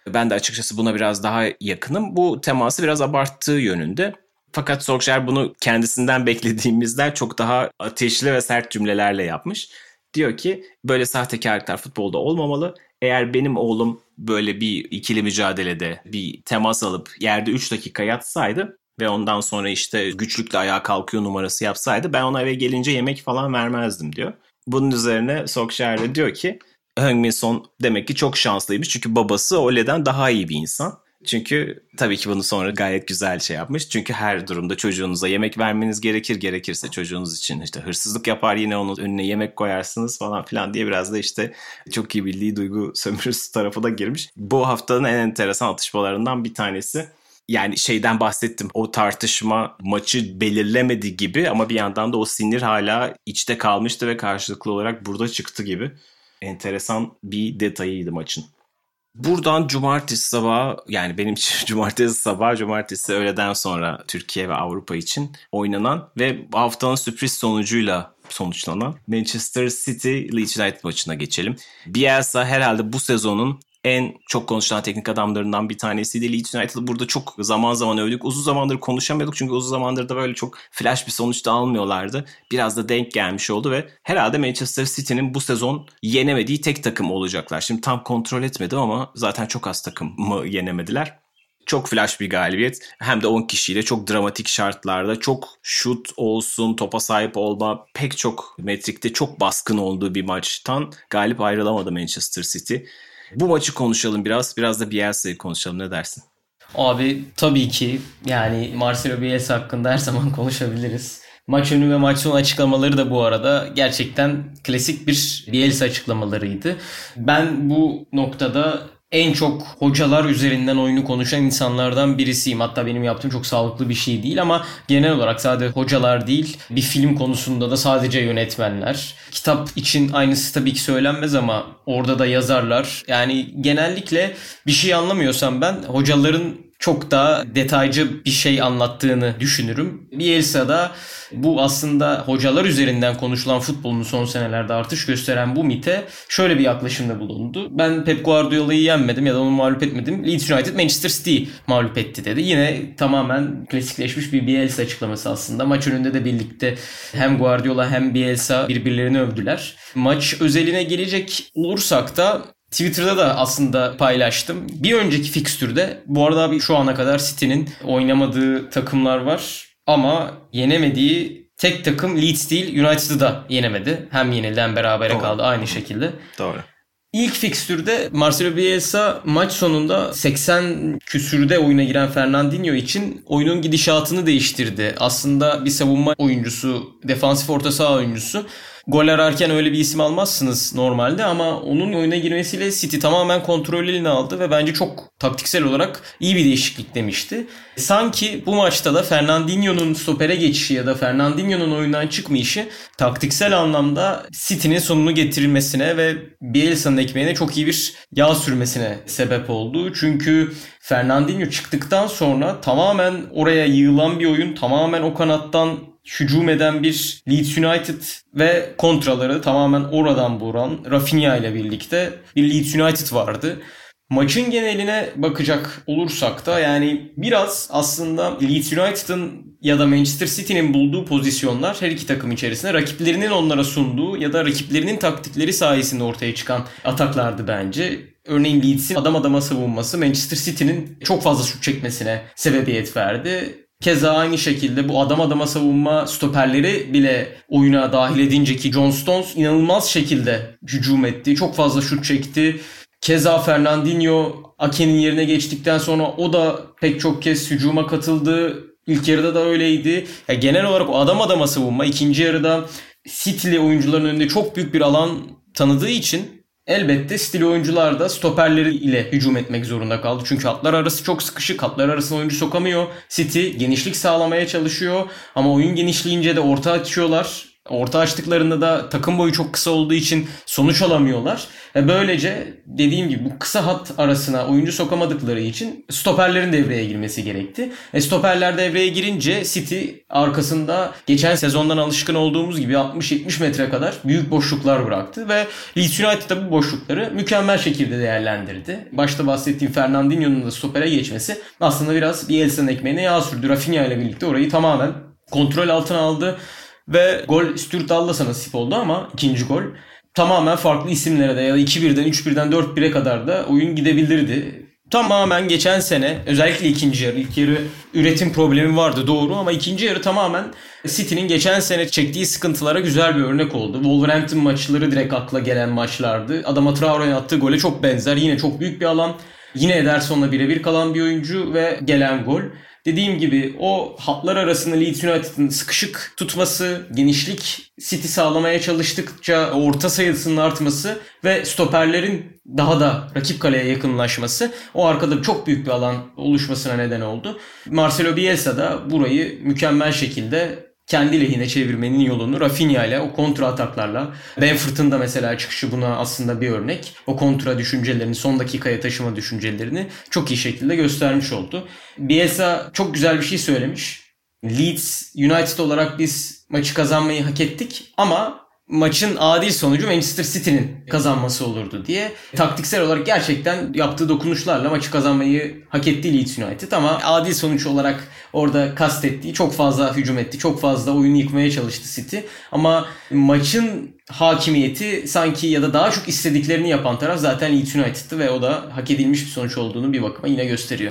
Speaker 2: Ben de açıkçası buna biraz daha yakınım. Bu teması biraz abarttığı yönünde. Fakat Solskjaer bunu kendisinden beklediğimizden çok daha ateşli ve sert cümlelerle yapmış. Diyor ki böyle sahtekarlıklar futbolda olmamalı. Eğer benim oğlum böyle bir ikili mücadelede bir temas alıp yerde 3 dakika yatsaydı ve ondan sonra işte güçlükle ayağa kalkıyor numarası yapsaydı ben ona eve gelince yemek falan vermezdim diyor. Bunun üzerine Solskjaer de diyor ki Heung-min Son demek ki çok şanslıymış çünkü babası Ole'den daha iyi bir insan. Çünkü tabii ki bunu sonra gayet güzel şey yapmış. Çünkü her durumda çocuğunuza yemek vermeniz gerekir. Gerekirse çocuğunuz için işte hırsızlık yapar yine onun önüne yemek koyarsınız falan filan diye biraz da işte çok iyi bildiği duygu sömürüsü tarafı da girmiş. Bu haftanın en enteresan atışmalarından bir tanesi. Yani şeyden bahsettim. O tartışma maçı belirlemedi gibi ama bir yandan da o sinir hala içte kalmıştı ve karşılıklı olarak burada çıktı gibi. Enteresan bir detayıydı maçın. Buradan cumartesi sabahı yani benim için cumartesi öğleden sonra Türkiye ve Avrupa için oynanan ve haftanın sürpriz sonucuyla sonuçlanan Manchester City Leeds United maçına geçelim. Bielsa herhalde bu sezonun en çok konuşulan teknik adamlarından bir tanesiydi. Leeds United'ı burada çok zaman zaman övdük. Uzun zamandır konuşamıyorduk çünkü uzun zamandır da böyle çok flash bir sonuç da almıyorlardı. Biraz da denk gelmiş oldu ve herhalde Manchester City'nin bu sezon yenemediği tek takım olacaklar. Şimdi tam kontrol etmedim ama zaten çok az takımı yenemediler. Çok flash bir galibiyet. Hem de 10 kişiyle çok dramatik şartlarda çok şut olsun, topa sahip olma, pek çok metrikte çok baskın olduğu bir maçtan galip ayrılamadı Manchester City. Bu maçı konuşalım biraz. Biraz da Bielsa'yı konuşalım. Ne dersin?
Speaker 3: Abi tabii ki yani Marcelo Bielsa hakkında her zaman konuşabiliriz. Maç önü ve maç sonu açıklamaları da bu arada gerçekten klasik bir Bielsa açıklamalarıydı. Ben bu noktada en çok hocalar üzerinden oyunu konuşan insanlardan birisiyim. Hatta benim yaptığım çok sağlıklı bir şey değil ama genel olarak sadece hocalar değil, bir film konusunda da sadece yönetmenler. Kitap için aynısı tabii ki söylenmez ama orada da yazarlar. Yani genellikle bir şey anlamıyorsam ben hocaların çok daha detaycı bir şey anlattığını düşünürüm. Bielsa'da bu aslında hocalar üzerinden konuşulan futbolun son senelerde artış gösteren bu mite şöyle bir yaklaşımda bulundu. Ben Pep Guardiola'yı yenmedim ya da onu mağlup etmedim. Leeds United Manchester City mağlup etti dedi. Yine tamamen klasikleşmiş bir Bielsa açıklaması aslında. Maç önünde de birlikte hem Guardiola hem Bielsa birbirlerini övdüler. Maç özeline gelecek olursak da Twitter'da da aslında paylaştım. Bir önceki fikstürde bu arada abi şu ana kadar City'nin oynamadığı takımlar var ama yenemediği tek takım Leeds değil, United'ı da yenemedi. Hem yenildi hem berabere kaldı aynı şekilde.
Speaker 2: Doğru.
Speaker 3: İlk fikstürde Marcelo Bielsa maç sonunda 80 küsürde oyuna giren Fernandinho için oyunun gidişatını değiştirdi. Aslında bir savunma oyuncusu, defansif orta saha oyuncusu. Gol ararken öyle bir isim almazsınız normalde ama onun oyuna girmesiyle City tamamen kontrol eline aldı ve bence çok taktiksel olarak iyi bir değişiklik demişti. Sanki bu maçta da Fernandinho'nun stopere geçişi ya da Fernandinho'nun oyundan çıkmayışı taktiksel anlamda City'nin sonunu getirilmesine ve Bielsa'nın ekmeğine çok iyi bir yağ sürmesine sebep oldu. Çünkü Fernandinho çıktıktan sonra tamamen oraya yığılan bir oyun, tamamen o kanattan hücum eden bir Leeds United ve kontraları tamamen oradan vuran Rafinha ile birlikte bir Leeds United vardı. Maçın geneline bakacak olursak da yani biraz aslında Leeds United'ın ya da Manchester City'nin bulduğu pozisyonlar her iki takım içerisinde rakiplerinin onlara sunduğu ya da rakiplerinin taktikleri sayesinde ortaya çıkan ataklardı bence. Örneğin Leeds'in adam adama savunması Manchester City'nin çok fazla şut çekmesine sebebiyet verdi. Keza aynı şekilde bu adam adama savunma stoperleri bile oyuna dahil edince ki John Stones inanılmaz şekilde hücum etti. Çok fazla şut çekti. Keza Fernandinho Ake'nin yerine geçtikten sonra o da pek çok kez hücuma katıldı. İlk yarıda da öyleydi. Ya genel olarak o adam adama savunma ikinci yarıda City'li oyuncuların önünde çok büyük bir alan tanıdığı için elbette City'li oyuncular da stoperleri ile hücum etmek zorunda kaldı. Çünkü hatlar arası çok sıkışık. Hatlar arasına oyuncu sokamıyor. City genişlik sağlamaya çalışıyor. Ama oyun genişleyince de orta açıyorlar. Orta açtıklarında da takım boyu çok kısa olduğu için sonuç alamıyorlar. Böylece dediğim gibi bu kısa hat arasına oyuncu sokamadıkları için stoperlerin devreye girmesi gerekti. Stoperler devreye girince City arkasında geçen sezondan alışkın olduğumuz gibi 60-70 metre kadar büyük boşluklar bıraktı ve Leeds United da bu boşlukları mükemmel şekilde değerlendirdi. Başta bahsettiğim Fernandinho'nun da stopere geçmesi aslında biraz Bielsa'nın ekmeğine yağ sürdü. Rafinha ile birlikte orayı tamamen kontrol altına aldı. Ve gol Stuart Dallas'a nasip oldu ama ikinci gol tamamen farklı isimlere de ya da 2-1'den 3-1'den 4-1'e kadar da oyun gidebilirdi. Tamamen geçen sene özellikle ikinci yarı, ilk yarı üretim problemi vardı doğru ama ikinci yarı tamamen City'nin geçen sene çektiği sıkıntılara güzel bir örnek oldu. Wolverhampton maçları direkt akla gelen maçlardı. Adama Traore'nin attığı gole çok benzer. Yine çok büyük bir alan. Yine Ederson'la birebir kalan bir oyuncu ve gelen gol. Dediğim gibi o hatlar arasında Leeds United'ın sıkışık tutması, genişlik City sağlamaya çalıştıkça orta sayısının artması ve stoperlerin daha da rakip kaleye yakınlaşması o arkada çok büyük bir alan oluşmasına neden oldu. Marcelo Bielsa da burayı mükemmel şekilde kendi lehine çevirmenin yolunu Rafinha ile o kontra ataklarla, Brentford'un da mesela çıkışı buna aslında bir örnek. O kontra düşüncelerini, son dakikaya taşıma düşüncelerini çok iyi şekilde göstermiş oldu. Bielsa çok güzel bir şey söylemiş. Leeds United olarak biz maçı kazanmayı hak ettik ama maçın adil sonucu Manchester City'nin kazanması olurdu diye. Taktiksel olarak gerçekten yaptığı dokunuşlarla maçı kazanmayı hak etti Leeds United ama adil sonuç olarak orada kastettiği çok fazla hücum etti. Çok fazla oyunu yıkmaya çalıştı City. Ama maçın hakimiyeti sanki ya da daha çok istediklerini yapan taraf zaten Leeds United'tı ve o da hak edilmiş bir sonuç olduğunu bir bakıma yine gösteriyor.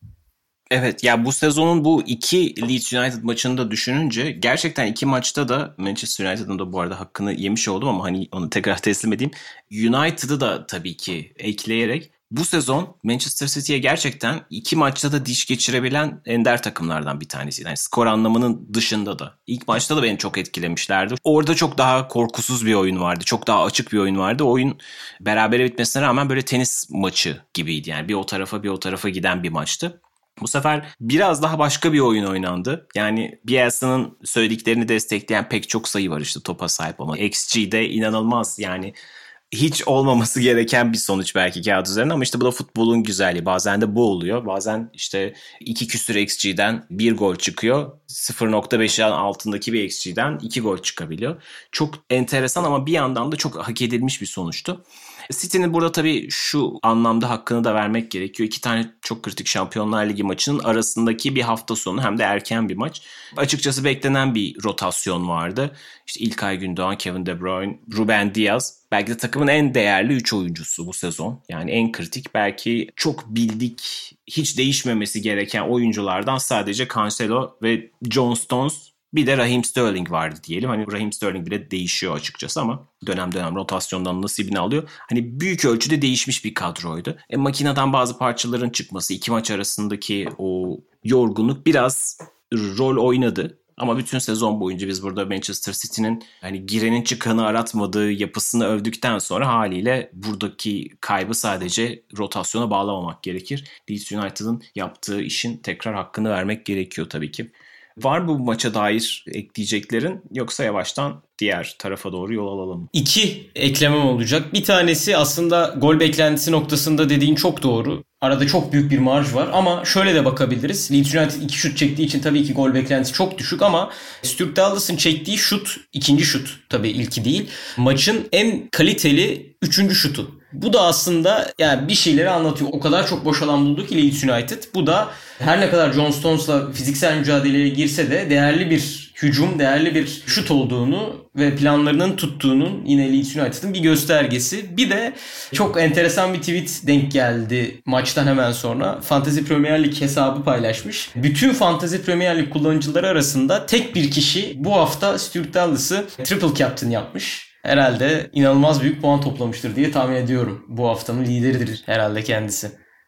Speaker 2: Evet ya bu sezonun bu iki Leeds United maçını da düşününce gerçekten iki maçta da Manchester United'ın da bu arada hakkını yemiş oldum ama hani onu tekrar teslim edeyim. United'ı da tabii ki ekleyerek bu sezon Manchester City'ye gerçekten iki maçta da diş geçirebilen ender takımlardan bir tanesi. Yani skor anlamının dışında da. İlk maçta da beni çok etkilemişlerdi. Orada çok daha korkusuz bir oyun vardı. Çok daha açık bir oyun vardı. O oyun berabere bitmesine rağmen böyle tenis maçı gibiydi. Yani bir o tarafa bir o tarafa giden bir maçtı. Bu sefer biraz daha başka bir oyun oynandı. Yani Bielsa'nın söylediklerini destekleyen pek çok sayı var işte topa sahip olma. XG'de inanılmaz yani hiç olmaması gereken bir sonuç belki kağıt üzerinde ama işte bu da futbolun güzelliği. Bazen de bu oluyor. Bazen işte 2 küsür XG'den 1 gol çıkıyor. 0.5'in altındaki bir XG'den 2 gol çıkabiliyor. Çok enteresan ama bir yandan da çok hak edilmiş bir sonuçtu. City'nin burada tabii şu anlamda hakkını da vermek gerekiyor. 2 tane çok kritik Şampiyonlar Ligi maçının arasındaki bir hafta sonu hem de erken bir maç. Açıkçası beklenen bir rotasyon vardı. İşte İlkay Gündoğan, Kevin De Bruyne, Ruben Dias. Belki de takımın en değerli 3 oyuncusu bu sezon. Yani en kritik belki çok bildik, hiç değişmemesi gereken oyunculardan sadece Cancelo ve John Stones. Bir de Raheem Sterling vardı diyelim. Hani Raheem Sterling bile değişiyor açıkçası ama dönem dönem rotasyondan nasibini alıyor. Hani büyük ölçüde değişmiş bir kadroydu. Makineden bazı parçaların çıkması, iki maç arasındaki o yorgunluk biraz rol oynadı. Ama bütün sezon boyunca biz burada Manchester City'nin hani girenin çıkanı aratmadığı yapısını övdükten sonra haliyle buradaki kaybı sadece rotasyona bağlamamak gerekir. Leeds United'ın yaptığı işin tekrar hakkını vermek gerekiyor tabii ki. Var bu maça dair ekleyeceklerin yoksa yavaştan diğer tarafa doğru yol alalım?
Speaker 3: 2 eklemem olacak. Bir tanesi aslında gol beklentisi noktasında dediğin çok doğru. Arada çok büyük bir marj var ama şöyle de bakabiliriz. Leeds United 2 şut çektiği için tabii ki gol beklentisi çok düşük ama Stuart Dallas'ın çektiği şut ikinci şut, tabii ilki değil. Maçın en kaliteli 3. şutu. Bu da aslında yani bir şeyleri anlatıyor. O kadar çok boş alan buldu ki Leeds United. Bu da her ne kadar John Stones'la fiziksel mücadeleye girse de değerli bir hücum, değerli bir şut olduğunu ve planlarının tuttuğunun yine Leeds United'ın bir göstergesi. Bir de çok enteresan bir tweet denk geldi maçtan hemen sonra. Fantasy Premier Lig hesabı paylaşmış. Bütün Fantasy Premier Lig kullanıcıları arasında tek bir kişi bu hafta Stuart Dallas'ı triple captain yapmış. Herhalde inanılmaz büyük puan toplamıştır diye tahmin ediyorum. Bu haftanın lideridir herhalde kendisi.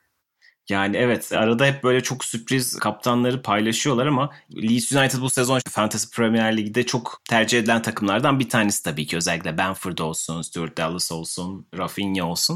Speaker 2: Yani evet arada hep böyle çok sürpriz kaptanları paylaşıyorlar ama Leeds United bu sezon Fantasy Premier Lig'de çok tercih edilen takımlardan bir tanesi tabii ki. Özellikle Brentford olsun, Stuart Dallas olsun, Rafinha olsun.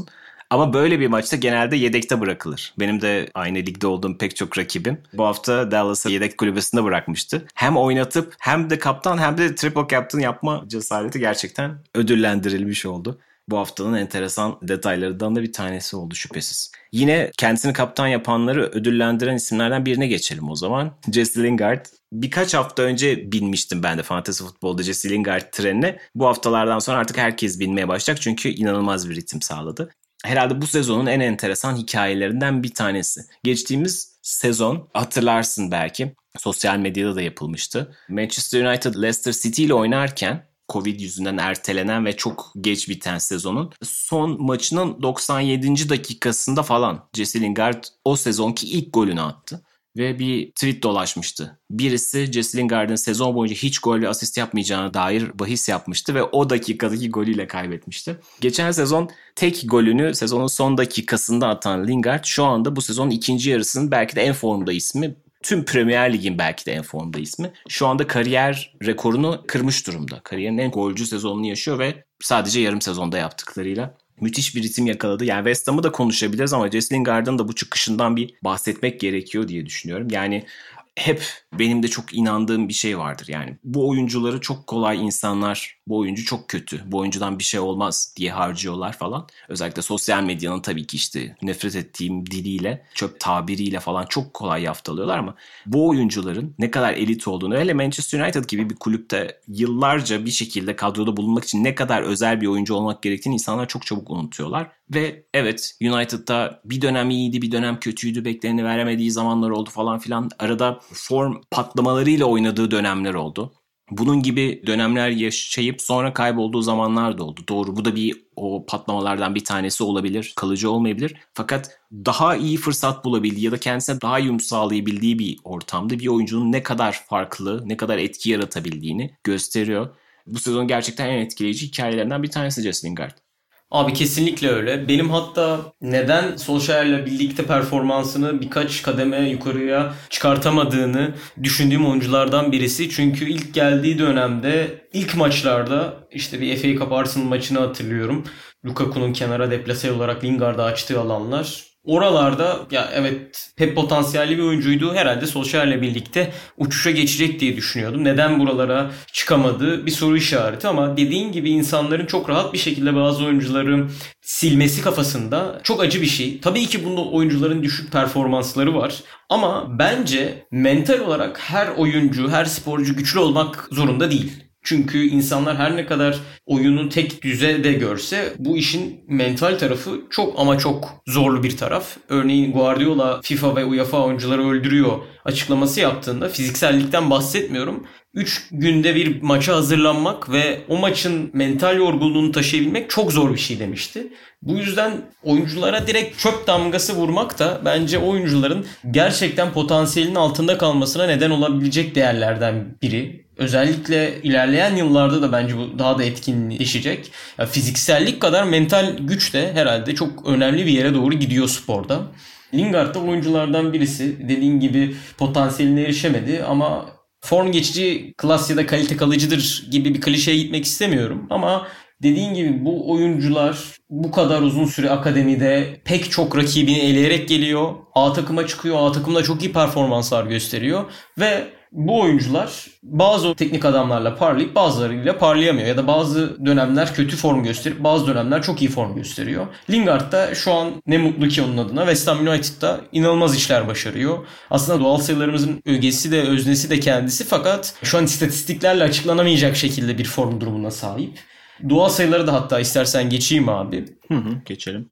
Speaker 2: Ama böyle bir maçta genelde yedekte bırakılır. Benim de aynı ligde olduğum pek çok rakibim bu hafta Dallas'ı yedek kulübesinde bırakmıştı. Hem oynatıp hem de kaptan hem de triple captain yapma cesareti gerçekten ödüllendirilmiş oldu. Bu haftanın enteresan detaylarından da bir tanesi oldu şüphesiz. Yine kendisini kaptan yapanları ödüllendiren isimlerden birine geçelim o zaman. Jesse Lingard. Birkaç hafta önce binmiştim ben de fantasy futbolda Jesse Lingard trenine. Bu haftalardan sonra artık herkes binmeye başlayacak çünkü inanılmaz bir ritim sağladı. Herhalde bu sezonun en enteresan hikayelerinden bir tanesi. Geçtiğimiz sezon hatırlarsın belki sosyal medyada da yapılmıştı. Manchester United Leicester City ile oynarken Covid yüzünden ertelenen ve çok geç biten sezonun son maçının 97. dakikasında falan Jesse Lingard o sezonki ilk golünü attı. Ve bir tweet dolaşmıştı. Birisi Jesse Lingard'ın sezon boyunca hiç gol ve asist yapmayacağına dair bahis yapmıştı ve o dakikadaki golüyle kaybetmişti. Geçen sezon tek golünü sezonun son dakikasında atan Lingard şu anda bu sezonun ikinci yarısının belki de en formda ismi. Tüm Premier Lig'in belki de en formda ismi. Şu anda kariyer rekorunu kırmış durumda. Kariyerin en golcü sezonunu yaşıyor ve sadece yarım sezonda yaptıklarıyla müthiş bir ritim yakaladı. Yani West Ham'ı da konuşabiliriz ama Jesse Lingard'ın da bu çıkışından bir bahsetmek gerekiyor diye düşünüyorum. Yani hep benim de çok inandığım bir şey vardır. Yani bu oyuncuları çok kolay insanlar, bu oyuncu çok kötü, bu oyuncudan bir şey olmaz diye harcıyorlar falan. Özellikle sosyal medyanın tabii ki işte nefret ettiğim diliyle, çöp tabiriyle falan çok kolay yaftalıyorlar ama bu oyuncuların ne kadar elit olduğunu, hele Manchester United gibi bir kulüpte yıllarca bir şekilde kadroda bulunmak için ne kadar özel bir oyuncu olmak gerektiğini insanlar çok çabuk unutuyorlar. Ve evet, United'da bir dönem iyiydi, bir dönem kötüydü, bekleneni veremediği zamanlar oldu falan filan. Arada form patlamalarıyla oynadığı dönemler oldu. Bunun gibi dönemler yaşayıp sonra kaybolduğu zamanlar da oldu. Doğru, bu da o patlamalardan bir tanesi olabilir, kalıcı olmayabilir. Fakat daha iyi fırsat bulabildiği ya da kendisine daha uyum sağlayabildiği bir ortamda bir oyuncunun ne kadar farklı, ne kadar etki yaratabildiğini gösteriyor. Bu sezon gerçekten en etkileyici hikayelerinden bir tanesi Jesse Lingard.
Speaker 3: Abi kesinlikle öyle. Benim hatta neden Solskjaer'le birlikte performansını birkaç kademe yukarıya çıkartamadığını düşündüğüm oyunculardan birisi. Çünkü ilk geldiği dönemde ilk maçlarda işte bir FA Cup Arsenal maçını hatırlıyorum. Lukaku'nun kenara deplase olarak Lingard'a açtığı alanlar. Oralarda ya evet hep potansiyelli bir oyuncuydu. Herhalde Solskjaer'le birlikte uçuşa geçecek diye düşünüyordum. Neden buralara çıkamadı bir soru işareti ama dediğin gibi insanların çok rahat bir şekilde bazı oyuncuları silmesi kafasında çok acı bir şey. Tabii ki bunda oyuncuların düşük performansları var. Ama bence mental olarak her oyuncu, her sporcu güçlü olmak zorunda değil. Çünkü insanlar her ne kadar oyunu tek düzeyde görse bu işin mental tarafı çok ama çok zorlu bir taraf. Örneğin Guardiola FIFA ve UEFA oyuncuları öldürüyor açıklaması yaptığında fiziksellikten bahsetmiyorum. 3 günde bir maça hazırlanmak ve o maçın mental yorgunluğunu taşıyabilmek çok zor bir şey demişti. Bu yüzden oyunculara direkt çöp damgası vurmak da bence oyuncuların gerçekten potansiyelinin altında kalmasına neden olabilecek değerlerden biri. Özellikle ilerleyen yıllarda da bence bu daha da etkinleşecek. Ya fiziksellik kadar mental güç de herhalde çok önemli bir yere doğru gidiyor sporda. Lingard da oyunculardan birisi. Dediğin gibi potansiyeline erişemedi ama form geçici, klas ya da kalite kalıcıdır gibi bir klişeye gitmek istemiyorum. Ama dediğin gibi bu oyuncular bu kadar uzun süre akademide pek çok rakibini eleyerek geliyor. A takıma çıkıyor. A takımda çok iyi performanslar gösteriyor. Ve bu oyuncular bazı teknik adamlarla parlayıp bazılarıyla parlayamıyor. Ya da bazı dönemler kötü form gösterip bazı dönemler çok iyi form gösteriyor. Lingard da şu an ne mutlu ki onun adına. West Ham United'da inanılmaz işler başarıyor. Aslında doğal sayılarımızın ögesi de öznesi de kendisi. Fakat şu an istatistiklerle açıklanamayacak şekilde bir form durumuna sahip. Doğal sayıları da hatta istersen geçeyim abi.
Speaker 2: Geçelim.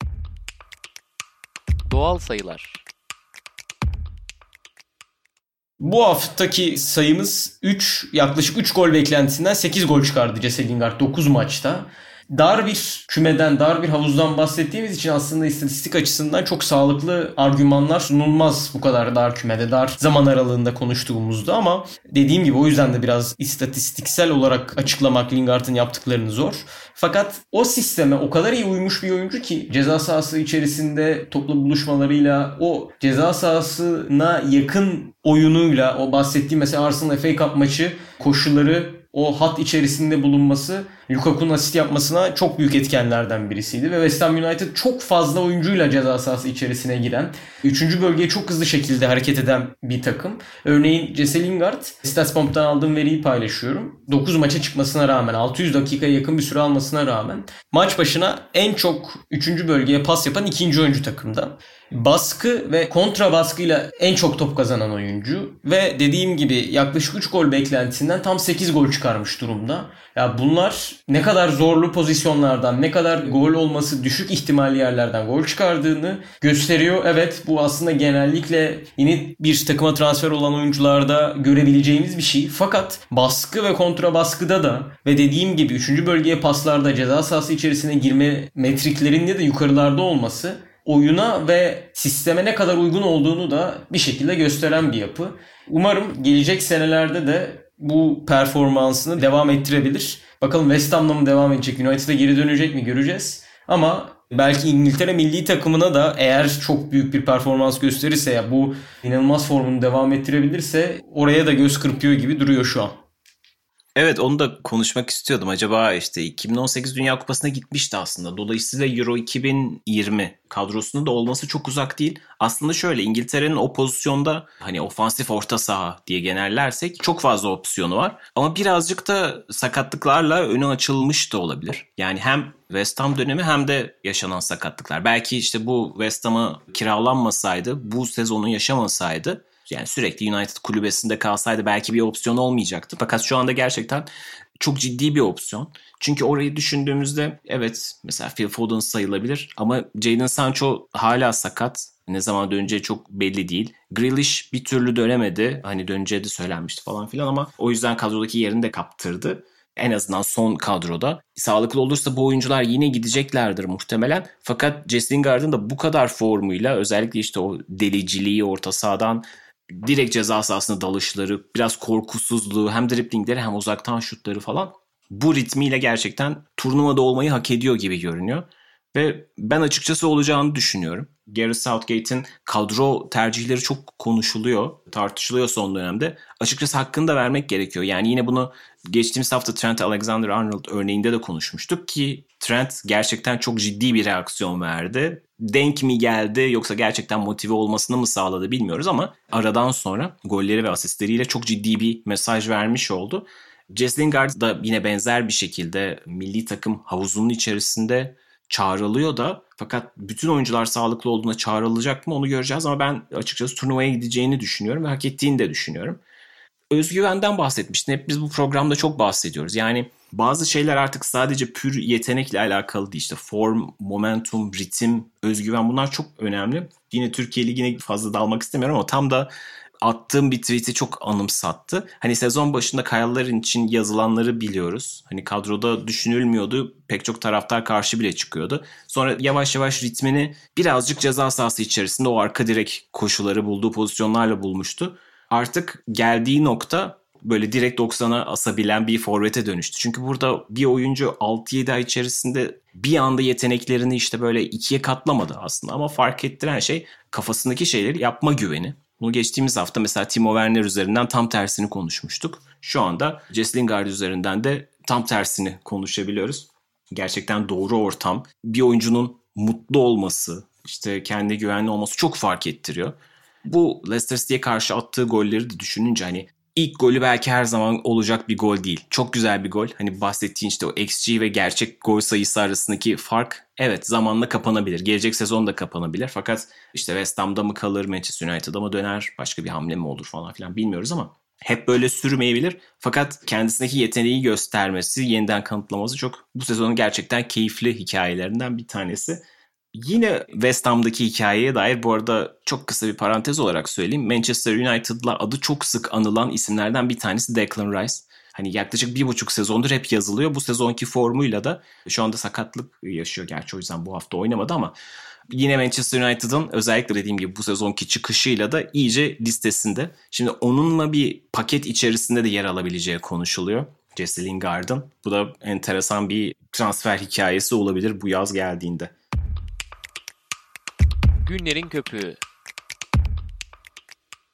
Speaker 1: Doğal sayılar.
Speaker 3: Bu haftaki sayımız yaklaşık 3 gol beklentisinden 8 gol çıkardı Jesse Lingard 9 maçta. Dar bir kümeden, dar bir havuzdan bahsettiğimiz için aslında istatistik açısından çok sağlıklı argümanlar sunulmaz bu kadar dar kümede, dar zaman aralığında konuştuğumuzda ama dediğim gibi o yüzden de biraz istatistiksel olarak açıklamak Lingard'ın yaptıklarını zor. Fakat o sisteme o kadar iyi uymuş bir oyuncu ki ceza sahası içerisinde toplu buluşmalarıyla o ceza sahasına yakın oyunuyla o bahsettiğim mesela Arsenal FA Cup maçı koşuları o hat içerisinde bulunması Lukaku'nun asist yapmasına çok büyük etkenlerden birisiydi. Ve West Ham United çok fazla oyuncuyla ceza sahası içerisine giren, 3. bölgeye çok hızlı şekilde hareket eden bir takım. Örneğin Jesse Lingard, StatsBomb'dan aldığım veriyi paylaşıyorum. 9 maça çıkmasına rağmen, 600 dakikaya yakın bir süre almasına rağmen maç başına en çok 3. bölgeye pas yapan 2. oyuncu takımda. Baskı ve kontra baskıyla en çok top kazanan oyuncu ve dediğim gibi yaklaşık 3 gol beklentisinden tam 8 gol çıkarmış durumda. Ya bunlar ne kadar zorlu pozisyonlardan, ne kadar gol olması düşük ihtimalli yerlerden gol çıkardığını gösteriyor. Evet, bu aslında genellikle yeni bir takıma transfer olan oyuncularda görebileceğimiz bir şey. Fakat baskı ve kontra baskıda da ve dediğim gibi 3. bölgeye paslarda ceza sahası içerisine girme metriklerinde de yukarılarda olması oyuna ve sisteme ne kadar uygun olduğunu da bir şekilde gösteren bir yapı. Umarım gelecek senelerde de bu performansını devam ettirebilir. Bakalım West Ham'la mı devam edecek, United'a geri dönecek mi göreceğiz. Ama belki İngiltere milli takımına da eğer çok büyük bir performans gösterirse, ya bu inanılmaz formunu devam ettirebilirse oraya da göz kırpıyor gibi duruyor şu an.
Speaker 2: Evet, onu da konuşmak istiyordum. Acaba işte 2018 Dünya Kupası'na gitmişti aslında. Dolayısıyla Euro 2020 kadrosunda da olması çok uzak değil. Aslında şöyle, İngiltere'nin o pozisyonda hani ofansif orta saha diye genellersek çok fazla opsiyonu var. Ama birazcık da sakatlıklarla önü açılmış da olabilir. Yani hem West Ham dönemi hem de yaşanan sakatlıklar. Belki işte bu West Ham'a kiralanmasaydı, bu sezonu yaşamasaydı, yani sürekli United kulübesinde kalsaydı belki bir opsiyon olmayacaktı. Fakat şu anda gerçekten çok ciddi bir opsiyon. Çünkü orayı düşündüğümüzde evet, mesela Phil Foden sayılabilir ama Jadon Sancho hala sakat. Ne zaman döneceği çok belli değil. Grealish bir türlü dönemedi. Hani döneceği de söylenmişti falan filan ama o yüzden kadrodaki yerini de kaptırdı. En azından son kadroda. Sağlıklı olursa bu oyuncular yine gideceklerdir muhtemelen. Fakat Jesse Lingard'ın da bu kadar formuyla, özellikle işte o deliciliği orta sahadan direkt ceza sahasına dalışları, biraz korkusuzluğu, hem driblingleri hem uzaktan şutları falan, bu ritmiyle gerçekten turnuvada olmayı hak ediyor gibi görünüyor. Ve ben açıkçası olacağını düşünüyorum. Gareth Southgate'in kadro tercihleri çok konuşuluyor, tartışılıyor son dönemde. Açıkçası hakkını da vermek gerekiyor. Yani yine bunu geçtiğimiz hafta Trent Alexander-Arnold örneğinde de konuşmuştuk ki Trent gerçekten çok ciddi bir reaksiyon verdi. Denk mi geldi yoksa gerçekten motive olmasını mı sağladı bilmiyoruz ama aradan sonra golleri ve asistleriyle çok ciddi bir mesaj vermiş oldu. Jesse Lingard da yine benzer bir şekilde milli takım havuzunun içerisinde çağrılıyor da, fakat bütün oyuncular sağlıklı olduğunda çağrılacak mı onu göreceğiz ama ben açıkçası turnuvaya gideceğini düşünüyorum ve hak ettiğini de düşünüyorum. Özgüvenden bahsetmiştin. Hep biz bu programda çok bahsediyoruz. Yani bazı şeyler artık sadece pür yetenekle alakalı değil. İşte form, momentum, ritim, özgüven, bunlar çok önemli. Yine Türkiye Ligi'ne fazla dalmak istemiyorum ama tam da attığım bir tweet'i çok anımsattı. Hani sezon başında Kyle Larin için yazılanları biliyoruz. Hani kadroda düşünülmüyordu. Pek çok taraftar karşı bile çıkıyordu. Sonra yavaş yavaş ritmini birazcık ceza sahası içerisinde o arka direk koşuları bulduğu pozisyonlarla bulmuştu. Artık geldiği nokta böyle direkt 90'a asabilen bir forvete dönüştü. Çünkü burada bir oyuncu 6-7 ay içerisinde bir anda yeteneklerini işte böyle ikiye katlamadı aslında. Ama fark ettiren şey kafasındaki şeyleri yapma güveni. Bunu geçtiğimiz hafta mesela Timo Werner üzerinden tam tersini konuşmuştuk. Şu anda Jesse Lingard üzerinden de tam tersini konuşabiliyoruz. Gerçekten doğru ortam, bir oyuncunun mutlu olması, işte kendi güvenli olması çok fark ettiriyor. Bu Leicester City'ye karşı attığı golleri de düşününce hani ilk golü belki her zaman olacak bir gol değil. Çok güzel bir gol. Hani bahsettiğin işte o XG ve gerçek gol sayısı arasındaki fark evet zamanla kapanabilir. Gelecek sezon da kapanabilir. Fakat işte West Ham'da mı kalır, Manchester United'a mı döner, başka bir hamle mi olur falan filan bilmiyoruz ama hep böyle sürmeyebilir. Fakat kendisindeki yeteneği göstermesi, yeniden kanıtlaması çok bu sezonun gerçekten keyifli hikayelerinden bir tanesi. Yine West Ham'daki hikayeye dair bu arada çok kısa bir parantez olarak söyleyeyim. Manchester United'la adı çok sık anılan isimlerden bir tanesi Declan Rice. Hani yaklaşık 1,5 sezondur hep yazılıyor. Bu sezonki formuyla da şu anda sakatlık yaşıyor. Gerçi o yüzden bu hafta oynamadı ama yine Manchester United'ın özellikle dediğim gibi bu sezonki çıkışıyla da iyice listesinde. Şimdi onunla bir paket içerisinde de yer alabileceği konuşuluyor. Jesse Lingard'ın. Bu da enteresan bir transfer hikayesi olabilir bu yaz geldiğinde.
Speaker 1: Günlerin köpüğü.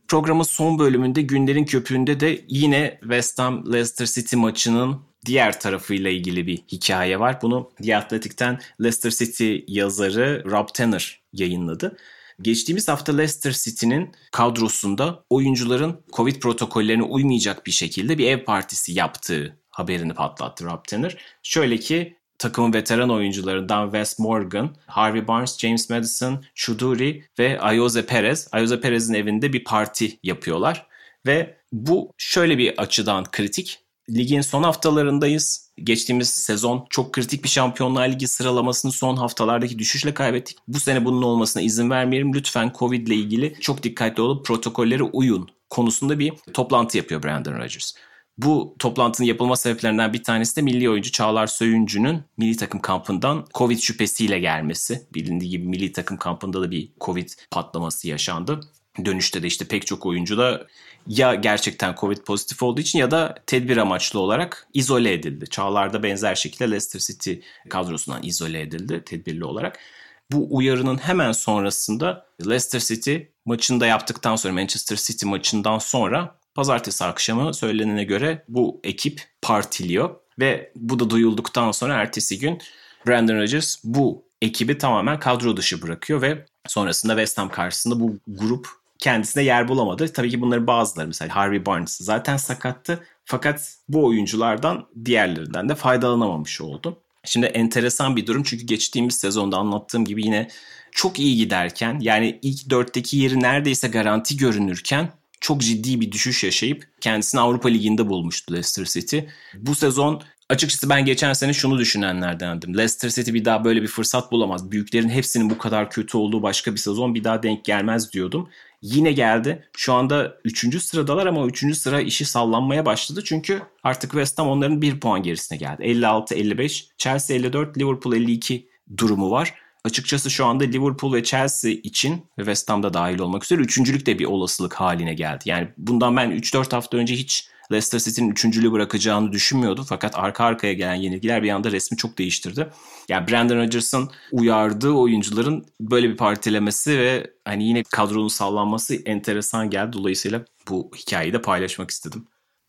Speaker 2: Programın son bölümünde günlerin köpüğünde de yine West Ham Leicester City maçının diğer tarafıyla ilgili bir hikaye var. Bunu The Athletic'ten Leicester City yazarı Rob Tanner yayınladı. Geçtiğimiz hafta Leicester City'nin kadrosunda oyuncuların Covid protokollerine uymayacak bir şekilde bir ev partisi yaptığı haberini patlattı Rob Tanner. Şöyle ki takımın veteran oyuncularından Wes Morgan, Harvey Barnes, James Maddison, Shuduri ve Ayoze Perez. Ayoze Perez'in evinde bir parti yapıyorlar. Ve bu şöyle bir açıdan kritik. Ligin son haftalarındayız. Geçtiğimiz sezon çok kritik bir Şampiyonlar Ligi sıralamasını son haftalardaki düşüşle kaybettik. Bu sene bunun olmasına izin vermeyelim. Lütfen Covid ile ilgili çok dikkatli olup protokollere uyun konusunda bir toplantı yapıyor Brendan Rodgers. Bu toplantının yapılma sebeplerinden bir tanesi de milli oyuncu Çağlar Söyüncü'nün milli takım kampından Covid şüphesiyle gelmesi. Bilindiği gibi milli takım kampında da bir Covid patlaması yaşandı. Dönüşte de işte pek çok oyuncu da ya gerçekten Covid pozitif olduğu için ya da tedbir amaçlı olarak izole edildi. Çağlar da benzer şekilde Leicester City kadrosundan izole edildi tedbirli olarak. Bu uyarının hemen sonrasında Leicester City maçında yaptıktan sonra Manchester City maçından sonra pazartesi akşamı söylenene göre bu ekip partiliyor. Ve bu da duyulduktan sonra ertesi gün Brendan Rodgers bu ekibi tamamen kadro dışı bırakıyor ve sonrasında West Ham karşısında bu grup kendisine yer bulamadı. Tabii ki bunların bazıları mesela Harvey Barnes zaten sakattı. Fakat bu oyunculardan diğerlerinden de faydalanamamış oldu. Şimdi enteresan bir durum çünkü geçtiğimiz sezonda anlattığım gibi yine çok iyi giderken yani ilk dörtteki yeri neredeyse garanti görünürken çok ciddi bir düşüş yaşayıp kendisini Avrupa Ligi'nde bulmuştu Leicester City. Bu sezon açıkçası ben geçen sene şunu düşünenlerdendim. Leicester City bir daha böyle bir fırsat bulamaz. Büyüklerin hepsinin bu kadar kötü olduğu başka bir sezon bir daha denk gelmez diyordum. Yine geldi. Şu anda 3. sıradalar ama 3. sıra işi sallanmaya başladı. Çünkü artık West Ham onların 1 puan gerisine geldi. 56-55, Chelsea 54, Liverpool 52 durumu var. Açıkçası şu anda Liverpool ve Chelsea için ve West Ham'da dahil olmak üzere üçüncülük de bir olasılık haline geldi. Yani bundan ben 3-4 hafta önce hiç Leicester City'nin üçüncülüğü bırakacağını düşünmüyordum. Fakat arka arkaya gelen yenilgiler bir anda resmi çok değiştirdi. Yani Brendan Rodgers'ın uyardığı oyuncuların böyle bir partilemesi ve hani yine kadronun sallanması enteresan geldi. Dolayısıyla bu hikayeyi de paylaşmak istedim.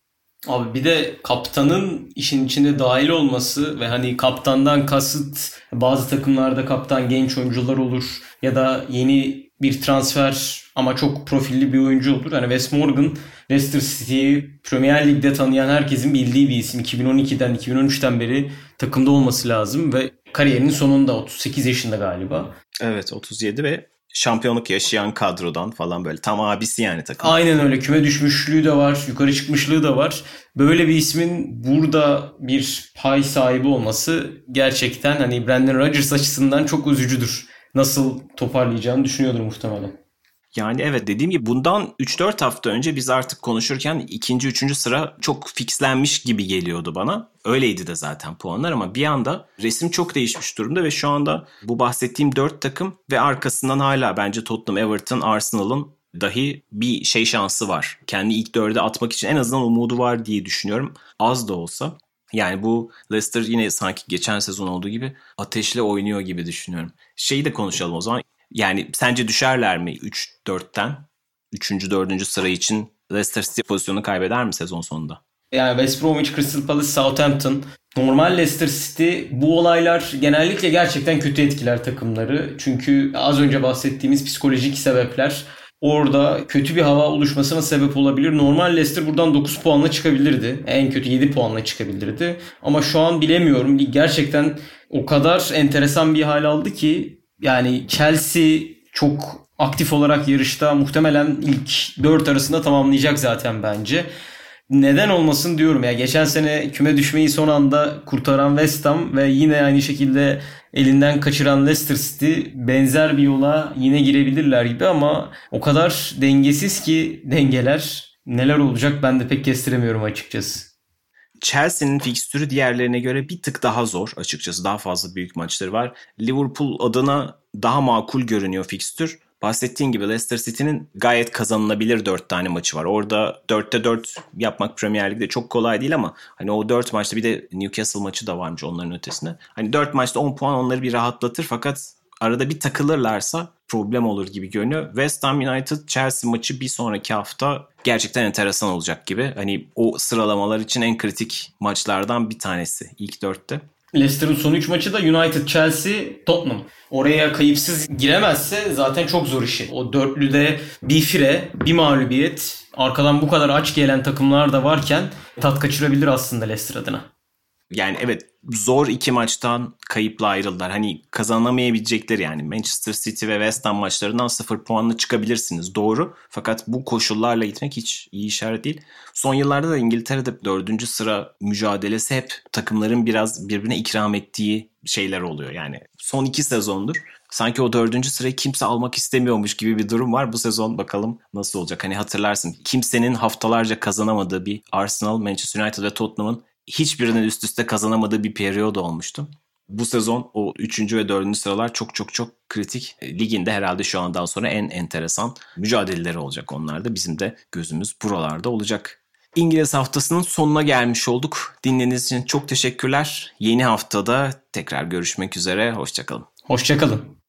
Speaker 3: Abi bir de kaptanın işin içinde dahil olması ve hani kaptandan kasıt bazı takımlarda kaptan genç oyuncular olur ya da yeni bir transfer ama çok profilli bir oyuncu olur. Hani Wes Morgan Leicester City'yi Premier Lig'de tanıyan herkesin bildiği bir isim. 2012'den 2013'ten beri takımda olması lazım ve kariyerinin sonunda 38 yaşında galiba.
Speaker 2: Evet 37 ve şampiyonluk yaşayan kadrodan falan böyle tam abisi yani takım.
Speaker 3: Aynen öyle. Küme düşmüşlüğü de var. Yukarı çıkmışlığı da var. Böyle bir ismin burada bir pay sahibi olması gerçekten hani Brendan Rodgers açısından çok üzücüdür. Nasıl toparlayacağını düşünüyordur muhtemelen.
Speaker 2: Yani evet dediğim gibi bundan 3-4 hafta önce biz artık konuşurken 2. 3. sıra çok fixlenmiş gibi geliyordu bana. Öyleydi de zaten puanlar ama bir anda resim çok değişmiş durumda ve şu anda bu bahsettiğim 4 takım ve arkasından hala bence Tottenham, Everton, Arsenal'ın dahi bir şansı var. Kendi ilk 4'e atmak için en azından umudu var diye düşünüyorum. Az da olsa. Yani bu Leicester yine sanki geçen sezon olduğu gibi ateşle oynuyor gibi düşünüyorum. Şeyi de konuşalım o zaman. Yani sence düşerler mi 3-4'ten? 3. 4. sıra için Leicester City pozisyonu kaybeder mi sezon sonunda?
Speaker 3: Yani West Bromwich, Crystal Palace, Southampton. Normal Leicester City bu olaylar genellikle gerçekten kötü etkiler takımları. Çünkü az önce bahsettiğimiz psikolojik sebepler orada kötü bir hava oluşmasına sebep olabilir. Normal Leicester buradan 9 puanla çıkabilirdi. En kötü 7 puanla çıkabilirdi. Ama şu an bilemiyorum. Gerçekten o kadar enteresan bir hal aldı ki yani Chelsea çok aktif olarak yarışta muhtemelen ilk 4 arasında tamamlayacak zaten bence. Neden olmasın diyorum ya. Geçen sene küme düşmeyi son anda kurtaran West Ham ve yine aynı şekilde elinden kaçıran Leicester City benzer bir yola yine girebilirler gibi ama o kadar dengesiz ki dengeler neler olacak ben de pek kestiremiyorum açıkçası.
Speaker 2: Chelsea'nin fikstürü diğerlerine göre bir tık daha zor açıkçası. Daha fazla büyük maçları var. Liverpool adına daha makul görünüyor fikstür. Bahsettiğin gibi Leicester City'nin gayet kazanılabilir 4 tane maçı var. Orada 4'te 4 yapmak Premier Lig'de çok kolay değil ama hani o 4 maçta bir de Newcastle maçı da varmış onların ötesine. Hani 4 maçta 10 puan onları bir rahatlatır fakat arada bir takılırlarsa problem olur gibi görünüyor. West Ham United Chelsea maçı bir sonraki hafta gerçekten enteresan olacak gibi. Hani o sıralamalar için en kritik maçlardan bir tanesi ilk 4'te.
Speaker 3: Leicester'ın son 3 maçı da United, Chelsea, Tottenham. Oraya kayıpsız giremezse zaten çok zor işi. O dörtlüde bir fire, bir mağlubiyet, arkadan bu kadar aç gelen takımlar da varken tat kaçırabilir aslında Leicester adına.
Speaker 2: Yani evet, zor 2 maçtan kayıpla ayrıldılar. Hani kazanamayabilecekleri, yani Manchester City ve West Ham maçlarından 0 puanla çıkabilirsiniz. Doğru. Fakat bu koşullarla gitmek hiç iyi işaret değil. Son yıllarda da İngiltere'de 4. sıra mücadelesi hep takımların biraz birbirine ikram ettiği şeyler oluyor. Yani son 2 sezondur sanki o 4. sırayı kimse almak istemiyormuş gibi bir durum var. Bu sezon bakalım nasıl olacak. Hani hatırlarsın, kimsenin haftalarca kazanamadığı bir Arsenal, Manchester United ve Tottenham'ın hiçbirinin üst üste kazanamadığı bir periyod olmuştu. Bu sezon o 3. ve 4. sıralar çok çok çok kritik. Ligin de herhalde şu andan sonra en enteresan mücadeleleri olacak onlar da. Bizim de gözümüz buralarda olacak. İngiliz haftasının sonuna gelmiş olduk. Dinlediğiniz için çok teşekkürler. Yeni haftada tekrar görüşmek üzere. Hoşçakalın.
Speaker 3: Hoşçakalın.